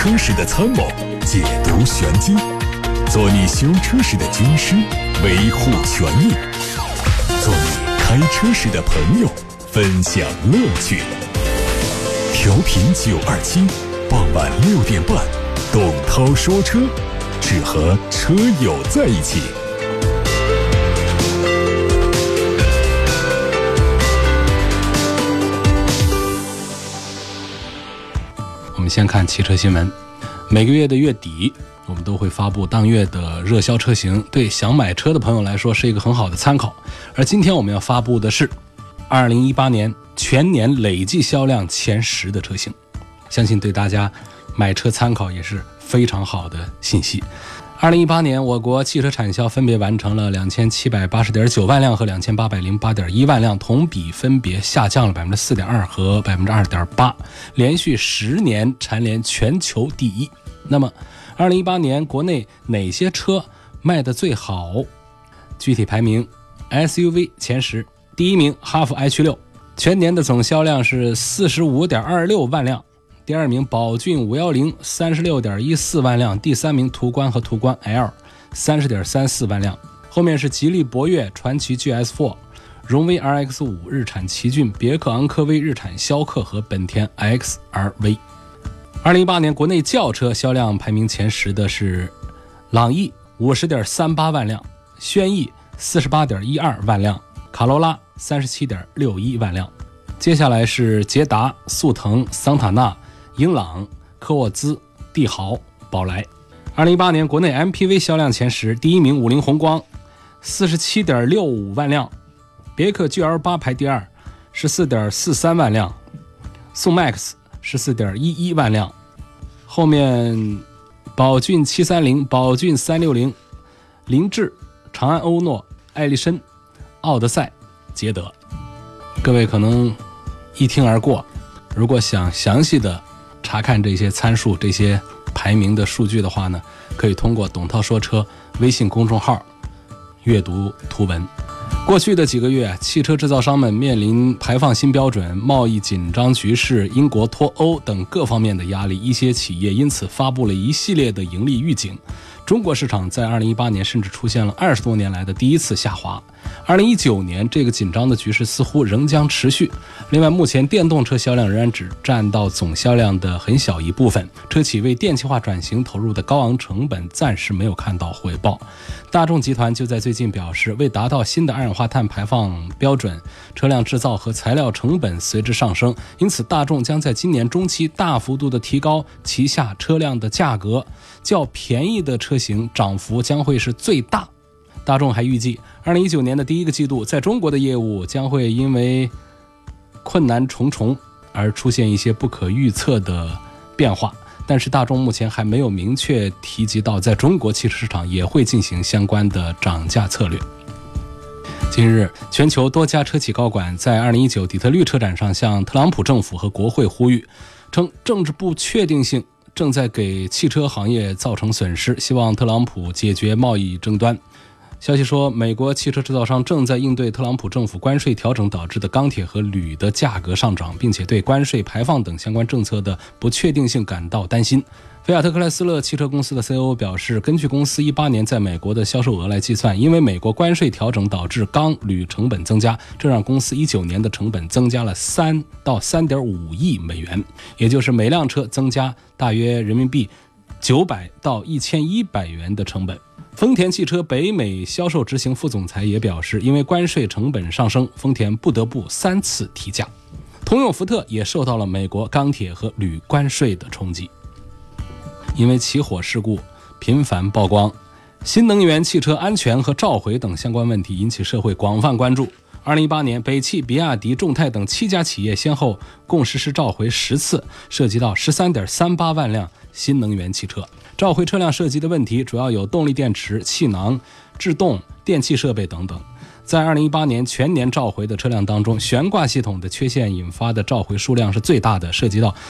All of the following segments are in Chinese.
车时的参谋，解读玄机，做你修车时的军师，维护权益，做你开车时的朋友，分享乐趣。调频927，傍晚6点半，董涛说车，只和车友在一起。 我们先看汽车新闻。每个月的月底，我们都会发布当月的热销车型，对想买车的朋友来说是一个很好的参考。而今天我们要发布的是2018年全年累计销量前10的车型，相信对大家买车参考也是非常好的信息。2018年我国汽车产销分别完成了2780.9万辆和2808.1万辆，同比分别下降了 4.2% 和 2.8%， 连续10年蝉联全球第一。那么2018年国内哪些车卖得最好？具体排名 SUV 前10，第一名哈弗 H6， 全年的总销量是 45.26 万辆。第二名宝骏510 36.14 万辆，第三名途观和途观 L 30.34 万辆，后面是吉利博越、传祺 GS4、荣威 RX5、日产奇骏、别克昂科威、日产逍客和本田 XRV。 2018年国内轿车销量排名前10的是朗逸 50.38 万辆，轩逸 48.12 万辆，卡罗拉 37.61 万辆。接下来是捷达、速腾、桑塔纳、英朗、科沃兹、帝豪、宝来。2018年国内 MPV 销量前10，第一名五菱宏光 47.65 万辆，别克 GL8 排第二 14.43 万辆，宋 MAX 14.11 万辆，后面宝骏730、宝骏360、凌志、长安欧诺、艾力绅、奥德赛、捷德。各位可能一听而过，如果想详细的查看这些参数、这些排名的数据的话呢，可以通过董涛说车微信公众号阅读图文。过去的几个月，汽车制造商们面临排放新标准、贸易紧张局势、英国脱欧等各方面的压力，一些企业因此发布了一系列的盈利预警。中国市场在2018年甚至出现了20多年来的第一次下滑。2019年这个紧张的局势似乎仍将持续。另外，目前电动车销量仍然只占到总销量的很小一部分，车企为电气化转型投入的高昂成本暂时没有看到回报。大众集团就在最近表示，为达到新的二氧化碳排放标准，车辆制造和材料成本随之上升，因此大众将在今年中期大幅度的提高旗下车辆的价格，较便宜的车型涨幅将会是最大。大众还预计2019年的第一个季度在中国的业务将会因为困难重重而出现一些不可预测的变化，但是大众目前还没有明确提及到在中国汽车市场也会进行相关的涨价策略。近日，全球多家车企高管在2019底特律车展上向特朗普政府和国会呼吁，称政治不确定性正在给汽车行业造成损失，希望特朗普解决贸易争端。消息说，美国汽车制造商正在应对特朗普政府关税调整导致的钢铁和铝的价格上涨，并且对关税、排放等相关政策的不确定性感到担心。菲亚特克莱斯勒汽车公司的 CEO 表示，根据公司18年在美国的销售额来计算，因为美国关税调整导致钢铝成本增加，这让公司19年的成本增加了3到3.5亿美元，也就是每辆车增加大约人民币900到1100元的成本。丰田汽车北美销售执行副总裁也表示，因为关税成本上升，丰田不得不3次提价。通用福特也受到了美国钢铁和铝关税的冲击，因为起火事故频繁曝光，新能源汽车安全和召回等相关问题引起社会广泛关注。2018年，北汽、比亚迪、众泰等7家企业先后共实施召回10次，涉及到 13.38 万辆新能源汽车。召回车辆涉及的问题主要有动力电池、气囊、制动、电气设备等等。在2018年全年召回的车辆当中，悬挂系统的缺陷引发的召回数量是最大的，涉及到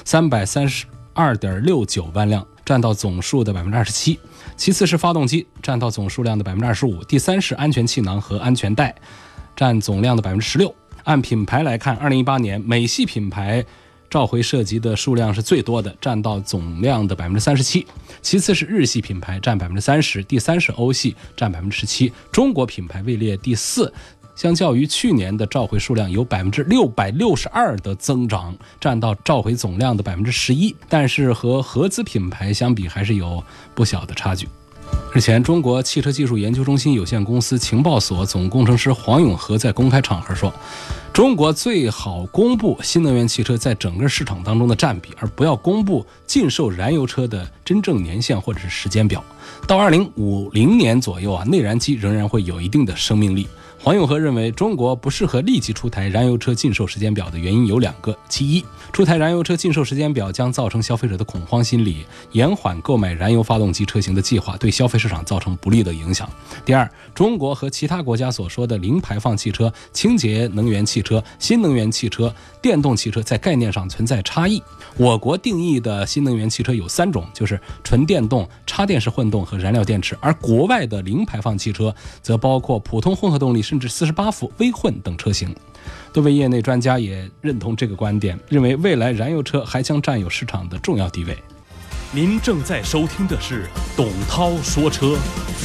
332.69 万辆，占到总数的 27%。 其次是发动机，占到总数量的 25%。 第三是安全气囊和安全带，占总量的 16%。 按品牌来看，2018年美系品牌召回涉及的数量是最多的，占到总量的 37%， 其次是日系品牌占 30%， 第三是欧系占 17%， 中国品牌位列第4，相较于去年的召回数量有 662% 的增长，占到召回总量的 11%， 但是和合资品牌相比还是有不小的差距。日前，中国汽车技术研究中心有限公司情报所总工程师黄永和在公开场合说，中国最好公布新能源汽车在整个市场当中的占比，而不要公布禁售燃油车的真正年限或者是时间表。到2050年左右内燃机仍然会有一定的生命力。黄永和认为，中国不适合立即出台燃油车禁售时间表的原因有2个，其一，出台燃油车禁售时间表将造成消费者的恐慌心理，延缓购买燃油发动机车型的计划，对消费市场造成不利的影响。第二，中国和其他国家所说的零排放汽车、清洁能源汽车、新能源汽车、电动汽车在概念上存在差异。我国定义的新能源汽车有3种，就是纯电动、插电式混动和燃料电池，而国外的零排放汽车则包括普通混合动力甚至48伏微混等车型。多位业内专家也认同这个观点，认为未来燃油车还将占有市场的重要地位。 您正在收听的是董涛说车。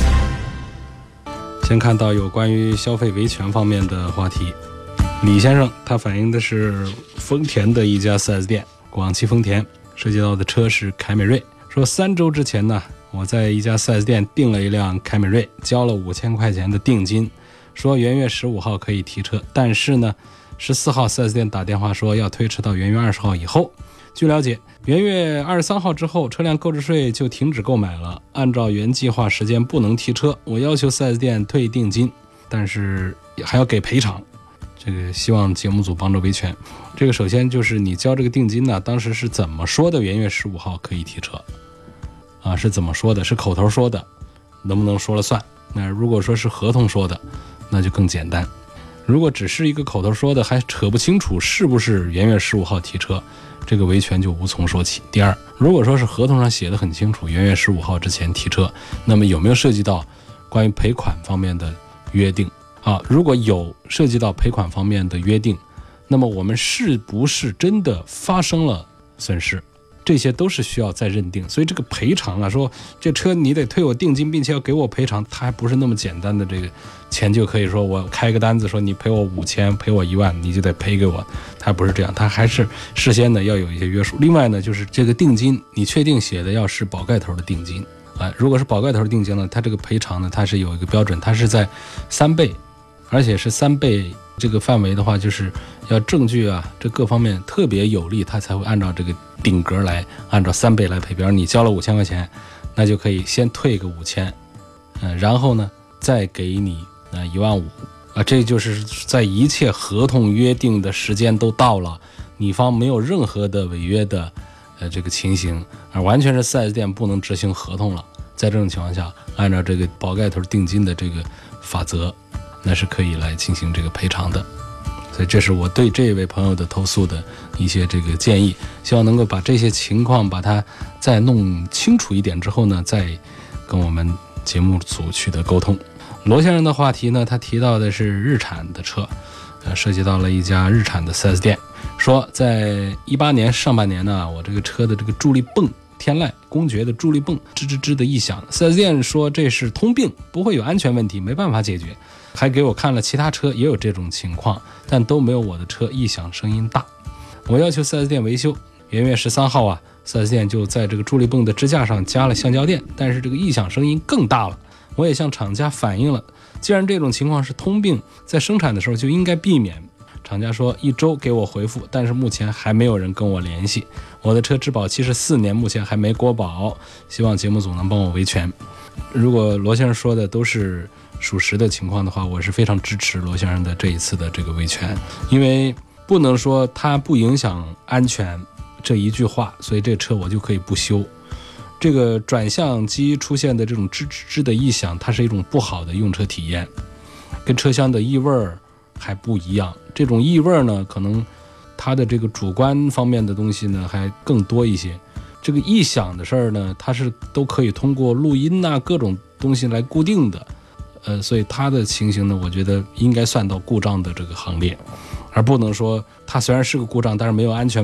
先看到有关于消费维权方面的话题，李先生他反映的是丰田的一家 4S 店，广汽丰田，涉及到的车是凯美瑞。说3周之前呢，我在一家 4S 店订了一辆凯美瑞，交了5000块钱的定金，说元月15号可以提车，但是呢14号 4S 店打电话说要推迟到元月20号以后。据了解，元月23号之后车辆购置税就停止购买了，按照原计划时间不能提车，我要求 4S 店退定金，但是还要给赔偿。这个希望节目组帮着维权。这个首先就是你交这个定金呢，当时是怎么说的元月15号可以提车啊？是怎么说的？是口头说的，能不能说了算？那如果说是合同说的，那就更简单。如果只是一个口头说的，还扯不清楚是不是元月15号提车，这个维权就无从说起。第二，如果说是合同上写的很清楚，元月15号之前提车，那么有没有涉及到关于赔款方面的约定啊？如果有涉及到赔款方面的约定，那么我们是不是真的发生了损失？这些都是需要再认定。所以这个赔偿啊，说这车你得退我定金，并且要给我赔偿，它还不是那么简单的这个钱就可以说我开个单子说你赔我5000，赔我1万，你就得赔给我，它不是这样，它还是事先呢要有一些约束。另外呢，就是这个定金你确定写的要是宝盖头的定金啊，如果是宝盖头的定金呢，它这个赔偿呢它是有一个标准，它是在3倍，而且是3倍。这个范围的话，就是要证据啊，这各方面特别有利，他才会按照这个顶格来，按照3倍来赔。比如你交了5000块钱，那就可以先退个5000，然后呢再给你15000啊，这就是在一切合同约定的时间都到了，你方没有任何的违约的这个情形，而完全是 4S 店不能执行合同了。在这种情况下，按照这个宝盖头定金的这个法则，那是可以来进行这个赔偿的。所以这是我对这位朋友的投诉的一些这个建议，希望能够把这些情况把它再弄清楚一点之后呢，再跟我们节目组取得沟通。罗先生的话题呢，他提到的是日产的车，涉及到了一家日产的 4S 店，说在18年上半年呢，我这个车的这个助力泵天籁公爵的助力泵吱吱吱的异响， 4S 店说这是通病，不会有安全问题，没办法解决，还给我看了其他车也有这种情况，但都没有我的车异响声音大。我要求 4S 店维修，元月13号啊 4S 店就在这个助力泵的支架上加了橡胶垫，但是这个异响声音更大了。我也向厂家反映了，既然这种情况是通病，在生产的时候就应该避免。厂家说1周给我回复，但是目前还没有人跟我联系。我的车质保期是4年，目前还没过保，希望节目组能帮我维权。如果罗先生说的都是属实的情况的话，我是非常支持罗先生的这一次的这个维权，因为不能说它不影响安全这一句话，所以这车我就可以不修。这个转向机出现的这种吱吱吱的异响，它是一种不好的用车体验，跟车厢的异味还不一样。这种异味呢，可能它的这个主观方面的东西呢还更多一些。这个异响的事儿呢，它是都可以通过录音啊各种东西来固定的，所以它的情形呢，我觉得应该算到故障的这个行列，而不能说它虽然是个故障，但是没有安全问题。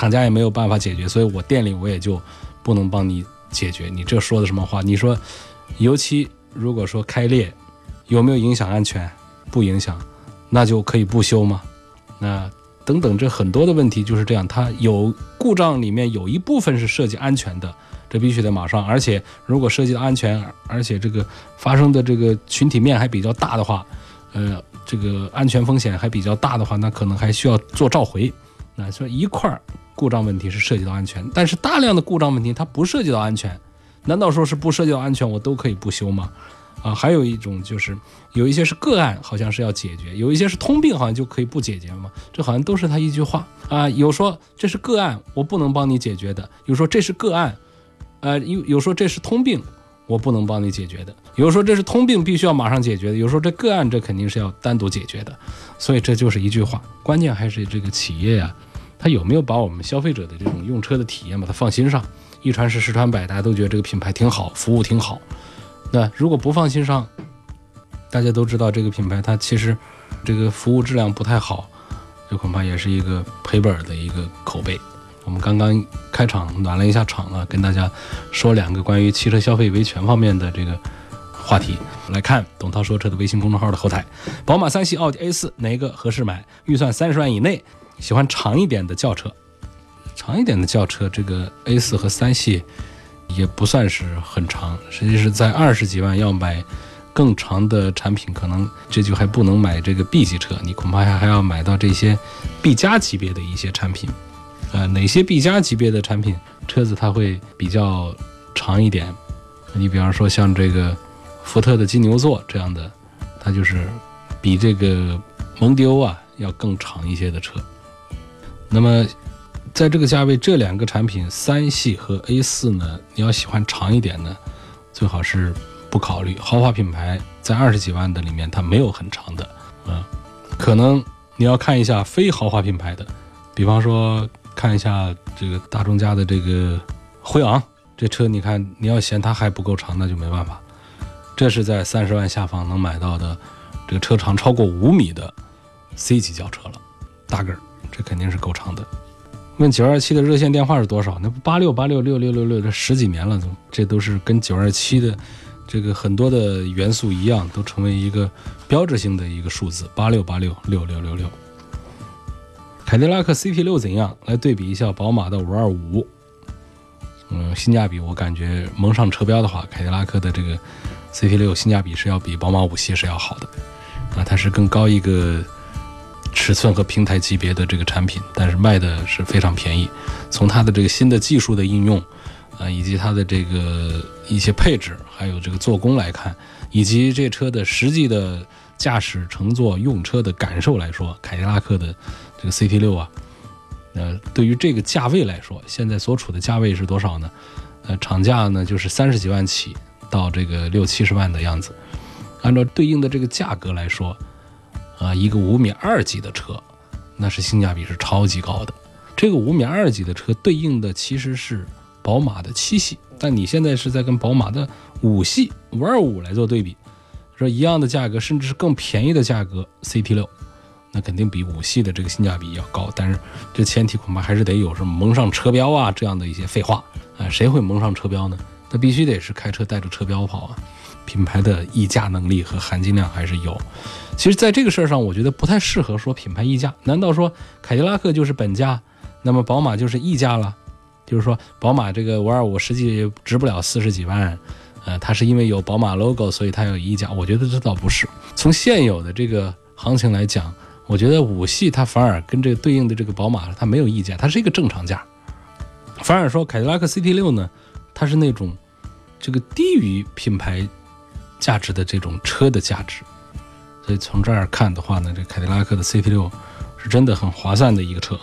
厂家也没有办法解决，所以我店里我也就不能帮你解决。你这说的什么话？你说油漆如果说开裂，有没有影响安全？不影响，那就可以不修吗？那等等，这很多的问题就是这样，它有故障里面有一部分是涉及安全的，这必须得马上。而且如果涉及到安全，而且这个发生的这个群体面还比较大的话，这个安全风险还比较大的话，那可能还需要做召回。那说一块故障问题是涉及到安全，但是大量的故障问题它不涉及到安全，难道说是不涉及到安全我都可以不修吗？还有一种就是有一些是个案，好像是要解决，有一些是通病，好像就可以不解决吗？这好像都是他一句话啊。有说这是个案，我不能帮你解决的；有说这是个案，有说这是通病，我不能帮你解决的；有说这是通病，必须要马上解决的；有说这个案，这肯定是要单独解决的。所以这就是一句话，关键还是这个企业啊，他有没有把我们消费者的这种用车的体验把它放心上？一传十，十传百，大家都觉得这个品牌挺好，服务挺好。那如果不放心上，大家都知道这个品牌它其实这个服务质量不太好，这恐怕也是一个赔本的一个口碑。我们刚刚开场暖了一下场啊，跟大家说2个关于汽车消费维权方面的这个话题。来看董涛说车的微信公众号的后台，宝马3系、奥迪 A4 哪个合适买？预算30万以内，喜欢长一点的轿车。长一点的轿车，这个 A4 和3系也不算是很长，实际是在20几万要买更长的产品，可能这就还不能买这个 B 级车，你恐怕还要买到这些 B 加级别的一些产品。哪些 B 加级别的产品车子它会比较长一点？你比方说像这个福特的金牛座这样的，它就是比这个蒙迪欧要更长一些的车。那么在这个价位，这2个产品3系和 A4 呢，你要喜欢长一点呢，最好是不考虑。豪华品牌在20几万的里面它没有很长的可能你要看一下非豪华品牌的，比方说看一下这个大众家的这个辉昂，这车你看你要嫌它还不够长，那就没办法。这是在30万下方能买到的这个车长超过5米的 C 级轿车了，大个儿，这肯定是够长的。问927的热线电话是多少？那不86866666，这10几年了，这都是跟927的这个很多的元素一样，都成为一个标志性的一个数字，86866666。凯迪拉克 CT6 怎样？来对比一下宝马的525。性价比我感觉蒙上车标的话，凯迪拉克的这个 CT6 性价比是要比宝马5系是要好的它是更高一个尺寸和平台级别的这个产品，但是卖的是非常便宜。从它的这个新的技术的应用以及它的这个一些配置，还有这个做工来看，以及这车的实际的驾驶乘坐用车的感受来说，凯迪拉克的这个 CT6 对于这个价位来说，现在所处的价位是多少呢？厂价呢就是30几万起到这个60、70万的样子。按照对应的这个价格来说一个5.2米级的车，那是性价比是超级高的。这个5.2米级的车对应的其实是宝马的7系，但你现在是在跟宝马的5系525来做对比，说一样的价格，甚至是更便宜的价格 CT6， 那肯定比5系的这个性价比要高。但是这前提恐怕还是得有什么蒙上车标这样的一些废话谁会蒙上车标呢？那必须得是开车带着车标跑品牌的溢价能力和含金量还是有。其实在这个事儿上，我觉得不太适合说品牌溢价。难道说凯迪拉克就是本价，那么宝马就是溢价了？就是说宝马这个525实际值不了40几万它是因为有宝马 logo 所以它有溢价？我觉得这倒不是。从现有的这个行情来讲，我觉得5系它反而跟这个对应的这个宝马它没有溢价，它是一个正常价。反而说凯迪拉克 CT6 呢，它是那种这个低于品牌价值的这种车的价值。所以从这儿看的话呢，这凯迪拉克的 CT6 是真的很划算的一个车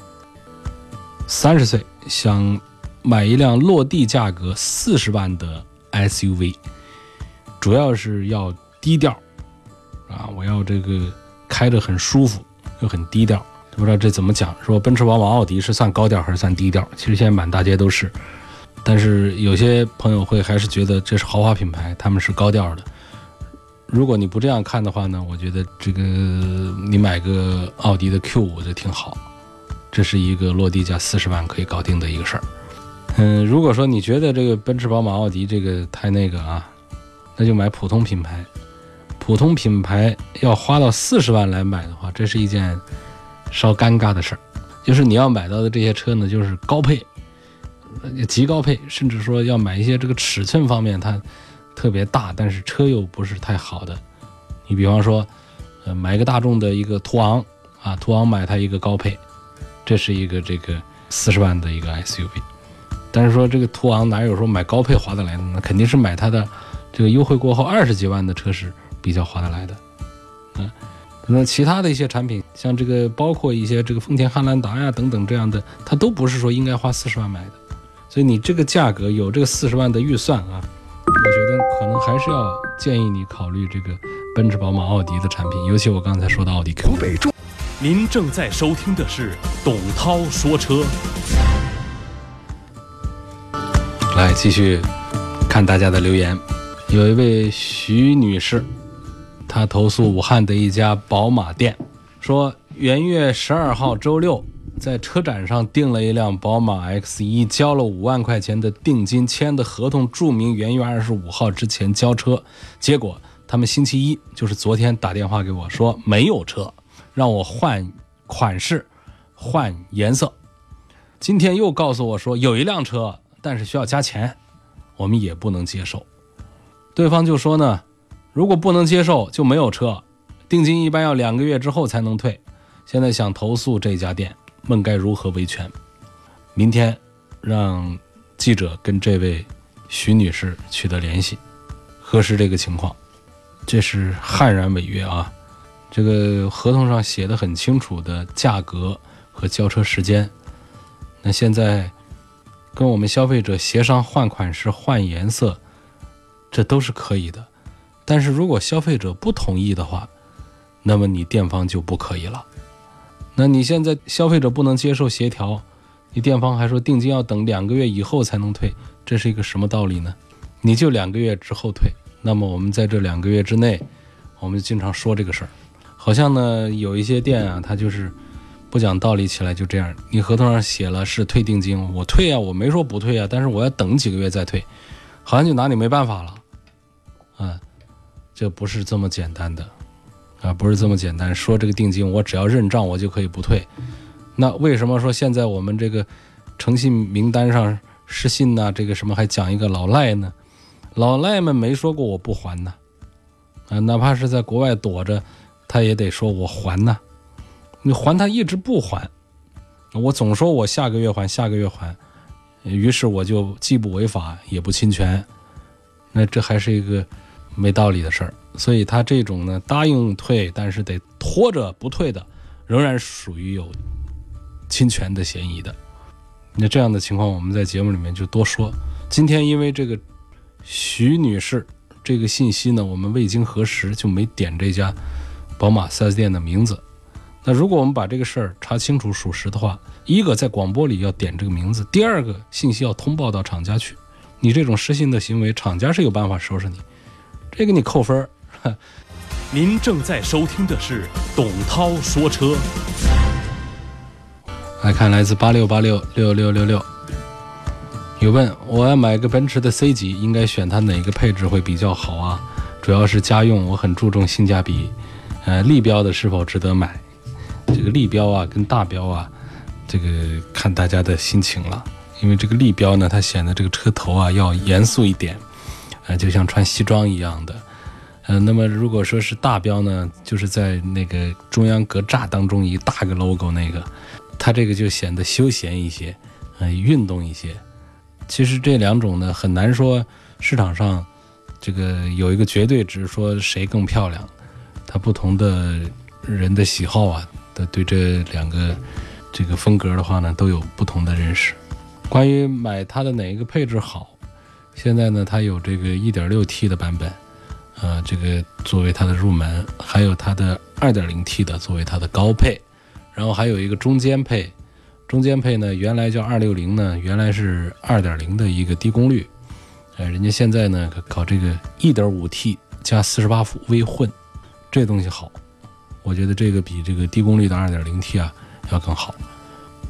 30岁想买一辆落地价格40万的 SUV， 主要是要低调我要这个开着很舒服又很低调。不知道这怎么讲，说奔驰、宝马、奥迪是算高调还是算低调？其实现在满大街都是，但是有些朋友会还是觉得这是豪华品牌，他们是高调的。如果你不这样看的话呢，我觉得这个你买个奥迪的 Q5 就挺好这是一个落地价40万可以搞定的一个事儿。如果说你觉得这个奔驰、宝马、奥迪这个太那个啊，那就买普通品牌。普通品牌要花到40万来买的话，这是一件稍尴尬的事儿。就是你要买到的这些车呢，就是高配、极高配，甚至说要买一些这个尺寸方面它特别大，但是车又不是太好的。你比方说，买一个大众的一个途昂啊，途昂买它一个高配，这是一个这个40万的一个 SUV。但是说这个途昂哪有说买高配划得来的呢？肯定是买它的这个优惠过后20几万的车是比较划得来的。那其他的一些产品，像这个包括一些这个丰田汉兰达呀等等这样的，它都不是说应该花40万买的。所以你这个价格有这个40万的预算啊，我觉得可能还是要建议你考虑这个奔驰、宝马、奥迪的产品，尤其我刚才说的奥迪 Q。 您正在收听的是董涛说车。 来继续看大家的留言，有一位徐女士，她投诉武汉的一家宝马店，说元月12号周六在车展上订了一辆宝马 X1， 交了5万块钱的定金，签的合同注明元月25号之前交车，结果他们星期一，就是昨天打电话给我说没有车，让我换款式换颜色。今天又告诉我说有一辆车，但是需要加钱，我们也不能接受。对方就说呢，如果不能接受就没有车，定金一般要2个月之后才能退。现在想投诉这家店，问该如何维权？明天让记者跟这位徐女士取得联系，核实这个情况。这是悍然违约啊！这个合同上写的很清楚的价格和交车时间，那现在跟我们消费者协商换款式换颜色，这都是可以的。但是如果消费者不同意的话，那么你店方就不可以了。那你现在消费者不能接受协调，你店方还说定金要等2个月以后才能退，这是一个什么道理呢？你就2个月之后退，那么我们在这2个月之内，我们经常说这个事儿，好像呢有一些店啊，他就是不讲道理起来就这样。你合同上写了是退定金，我退啊，我没说不退啊，但是我要等几个月再退，好像就拿你没办法了。这不是这么简单的啊，不是这么简单。说这个定金我只要认账我就可以不退，那为什么说现在我们这个诚信名单上失信呢？这个什么还讲一个老赖呢？老赖们没说过我不还呢，哪怕是在国外躲着，他也得说我还呢。你还他一直不还，我总说我下个月还，下个月还，于是我就既不违法也不侵权，那这还是一个没道理的事儿。所以他这种呢，答应退但是得拖着不退的，仍然属于有侵权的嫌疑的。那这样的情况我们在节目里面就多说。今天因为这个徐女士这个信息呢，我们未经核实就没点这家宝马 4S 店的名字。那如果我们把这个事儿查清楚属实的话，一个在广播里要点这个名字，第二个信息要通报到厂家去。你这种失信的行为，厂家是有办法收拾你，这个你扣分。 您正在收听的是董涛说车。 来看来自86866666，有问我要买个奔驰的 C 级，应该选它哪个配置会比较好啊？主要是家用，我很注重性价比，立标的是否值得买？这个立标啊跟大标啊，这个看大家的心情了。因为这个立标呢，它显得这个车头啊要严肃一点，就像穿西装一样的。那么如果说是大标呢，就是在那个中央格栅当中一大个 logo 那个，它这个就显得休闲一些，运动一些。其实这两种呢，很难说市场上这个有一个绝对值说谁更漂亮，它不同的人的喜好啊，对这两个这个风格的话呢，都有不同的认识。关于买它的哪一个配置好，现在呢它有这个 1.6T 的版本，这个作为它的入门，还有它的 2.0T 的作为它的高配，然后还有一个中间配。中间配呢原来叫260呢，原来是 2.0 的一个低功率，人家现在呢搞这个 1.5T 加48伏微混，这东西好，我觉得这个比这个低功率的 2.0T 啊要更好。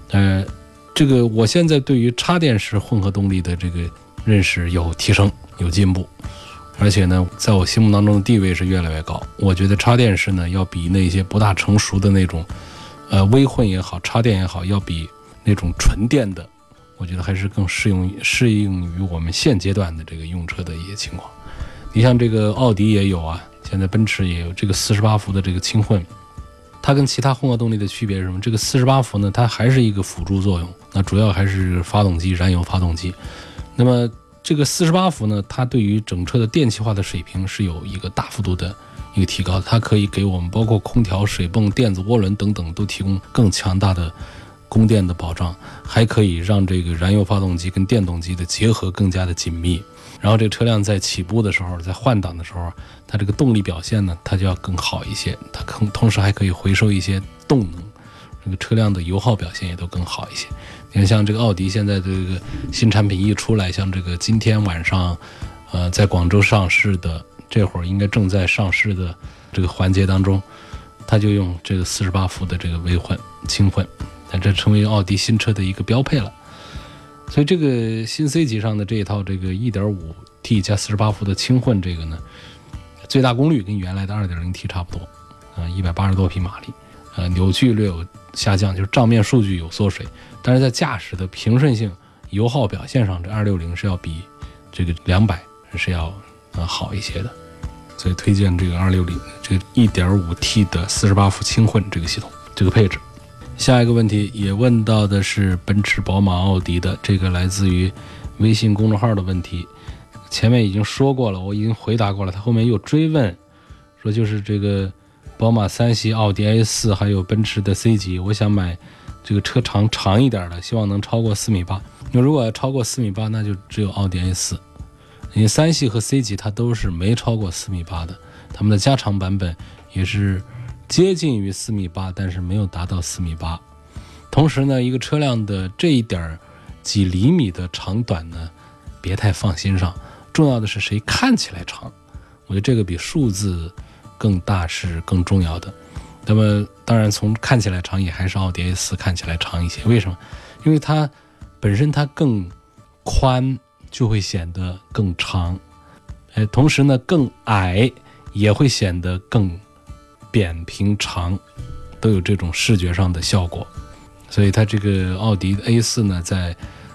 这个我现在对于插电式混合动力的这个认识有提升，有进步，而且呢，在我心目当中的地位是越来越高。我觉得插电式呢，要比那些不大成熟的那种，微混也好，插电也好，要比那种纯电的，我觉得还是更适应于我们现阶段的这个用车的一些情况。你像这个奥迪也有啊，现在奔驰也有这个48伏的这个轻混。它跟其他混合动力的区别是什么？这个48伏呢，它还是一个辅助作用，那主要还是发动机，燃油发动机。那么这个48伏呢，它对于整车的电气化的水平是有一个大幅度的一个提高，它可以给我们包括空调、水泵、电子涡轮等等都提供更强大的供电的保障，还可以让这个燃油发动机跟电动机的结合更加的紧密。然后这个车辆在起步的时候，在换挡的时候，它这个动力表现呢，它就要更好一些，它同时还可以回收一些动能，这个车辆的油耗表现也都更好一些。你看像这个奥迪现在这个新产品一出来，像这个今天晚上在广州上市的，这会儿应该正在上市的这个环节当中，它就用这个48伏的这个微混轻混，但这成为奥迪新车的一个标配了。所以这个新 C 级上的这一套这个 1.5T 加48伏的轻混，这个呢最大功率跟原来的 2.0T 差不多，180多匹马力，扭矩略有下降，就是账面数据有缩水，但是在驾驶的平顺性、油耗表现上，这260是要比这个200是要好一些的，所以推荐这个260这个 1.5T 的48伏轻混这个系统这个配置。下一个问题也问到的是奔驰、宝马、奥迪的，这个来自于微信公众号的问题，前面已经说过了，我已经回答过了，他后面又追问说就是这个宝马3系、奥迪 A4 还有奔驰的 C 级，我想买这个车长一点的，希望能超过4.8米。如果要超过4.8米，那就只有奥迪 A4， 因为3系和 C 级它都是没超过4.8米的，他们的加长版本也是接近于4.8米，但是没有达到4.8米。同时呢，一个车辆的这一点几厘米的长短呢，别太放心上，重要的是谁看起来长，我觉得这个比数字更大是更重要的。那么当然从看起来长也还是奥迪 A4 看起来长一些，为什么？因为它本身它更宽就会显得更长，同时呢更矮也会显得更扁平长，都有这种视觉上的效果。所以它这个奥迪 A4 呢，在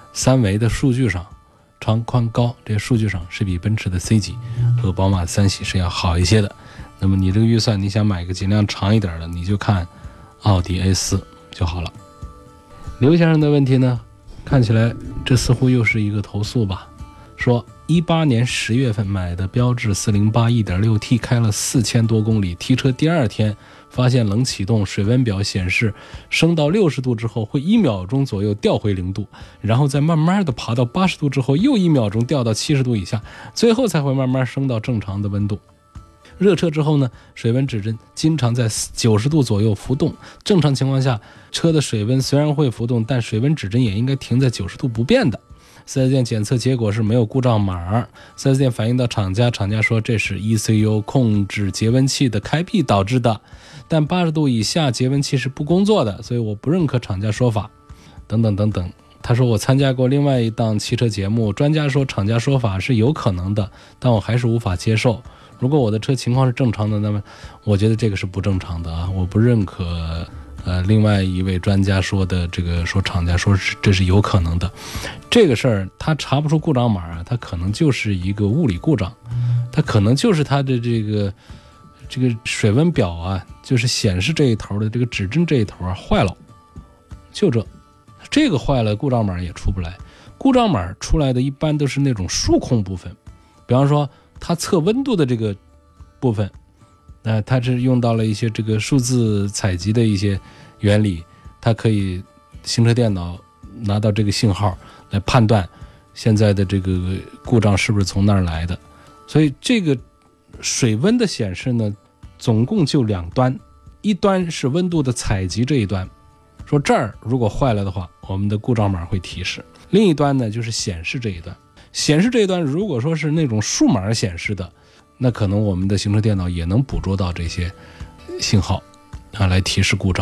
3维的数据上，长宽高这些数据上是比奔驰的 C 级和宝马3系是要好一些的。那么你这个预算你想买个尽量长一点的，你就看奥迪 A4 就好了。刘先生的问题呢，看起来这似乎又是一个投诉吧，说18年10月份买的标致408 1.6T 开了4000多公里，提车第二天发现冷启动，水温表显示升到60度之后会1秒钟左右掉回0度，然后再慢慢的爬到80度之后又1秒钟掉到70度以下，最后才会慢慢升到正常的温度。热车之后呢，水温指针经常在90度左右浮动，正常情况下车的水温虽然会浮动，但水温指针也应该停在90度不变的。4S 店检测结果是没有故障码， 4S 店反映到厂家说这是 ECU 控制节温器的开闭导致的，但80度以下节温器是不工作的，所以我不认可厂家说法等等等等。他说我参加过另外一档汽车节目，专家说厂家说法是有可能的，但我还是无法接受。如果我的车情况是正常的，那么我觉得这个是不正常的啊，我不认可另外一位专家说的这个，说厂家说这是有可能的。这个事儿他查不出故障码啊，它可能就是一个物理故障，它可能就是它的这个水温表啊，就是显示这一头的这个指针这一头啊坏了，就这个坏了，故障码也出不来。故障码出来的一般都是那种数控部分，比方说它测温度的这个部分，它是用到了一些这个数字采集的一些原理，它可以行车电脑拿到这个信号来判断现在的这个故障是不是从那儿来的。所以这个水温的显示呢，总共就2端，一端是温度的采集这一端，说这儿如果坏了的话，我们的故障码会提示；另一端呢就是显示这一端，显示这一端如果说是那种数码显示的，那可能我们的行车电脑也能捕捉到这些信号来提示故障。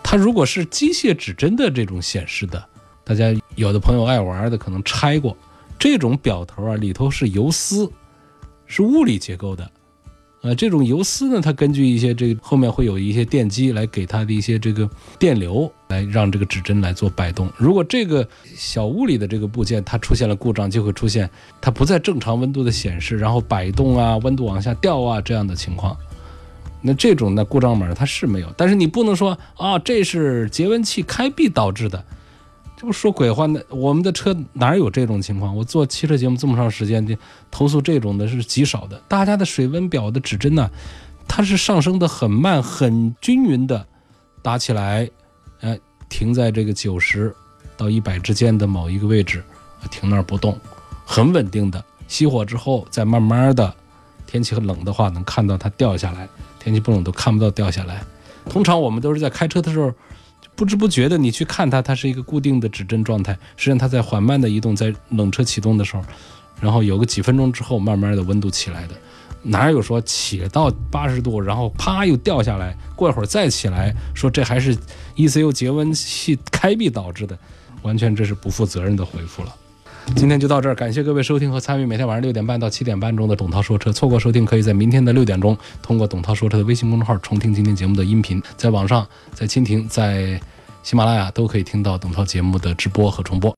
它如果是机械指针的这种显示的，大家有的朋友爱玩的可能拆过，这种表头啊里头是游丝，是物理结构的。这种游丝呢，它根据一些这个后面会有一些电机来给它的一些这个电流，来让这个指针来做摆动。如果这个小物理的这个部件它出现了故障，就会出现它不在正常温度的显示，然后摆动啊，温度往下掉啊这样的情况。那这种的故障码它是没有，但是你不能说啊这是节温器开闭导致的，这不说鬼话呢？我们的车哪有这种情况？我做汽车节目这么长时间，投诉这种的是极少的。大家的水温表的指针呢，它是上升的很慢、很均匀的，打起来，停在这个90到100之间的某一个位置，停那儿不动，很稳定的。熄火之后，再慢慢的，天气很冷的话，能看到它掉下来；天气不冷都看不到掉下来。通常我们都是在开车的时候，不知不觉的你去看它，它是一个固定的指针状态，实际上它在缓慢的移动，在冷车启动的时候，然后有个几分钟之后慢慢的温度起来的，哪有说起到80度然后啪又掉下来，过一会儿再起来，说这还是 ECU 节温器开闭导致的，完全这是不负责任的回复了。今天就到这儿，感谢各位收听和参与每天晚上6点半到7点半中的董涛说车。错过收听，可以在明天的6点钟通过董涛说车的微信公众号重听今天节目的音频，在网上、在蜻蜓、在喜马拉雅都可以听到董涛节目的直播和重播。